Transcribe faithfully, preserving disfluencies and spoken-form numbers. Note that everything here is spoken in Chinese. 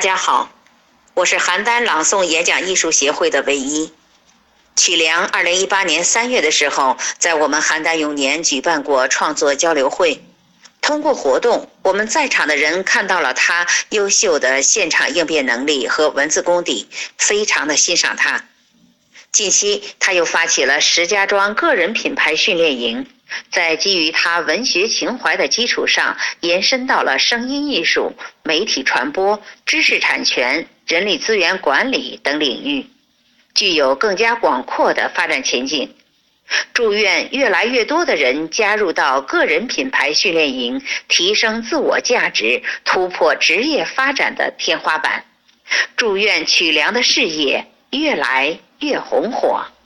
家好，我是邯郸朗诵演讲艺术协会的唯一。曲良二零一八年三月的时候，在我们邯郸永年举办过创作交流会。通过活动，我们在场的人看到了他优秀的现场应变能力和文字功底，非常的欣赏他。近期，他又发起了石家庄个人品牌训练营，在基于他文学情怀的基础上，延伸到了声音艺术、媒体传播、知识产权、人力资源管理等领域，具有更加广阔的发展前景。祝愿越来越多的人加入到个人品牌训练营，提升自我价值，突破职业发展的天花板。祝愿曲良的事业越来越红火。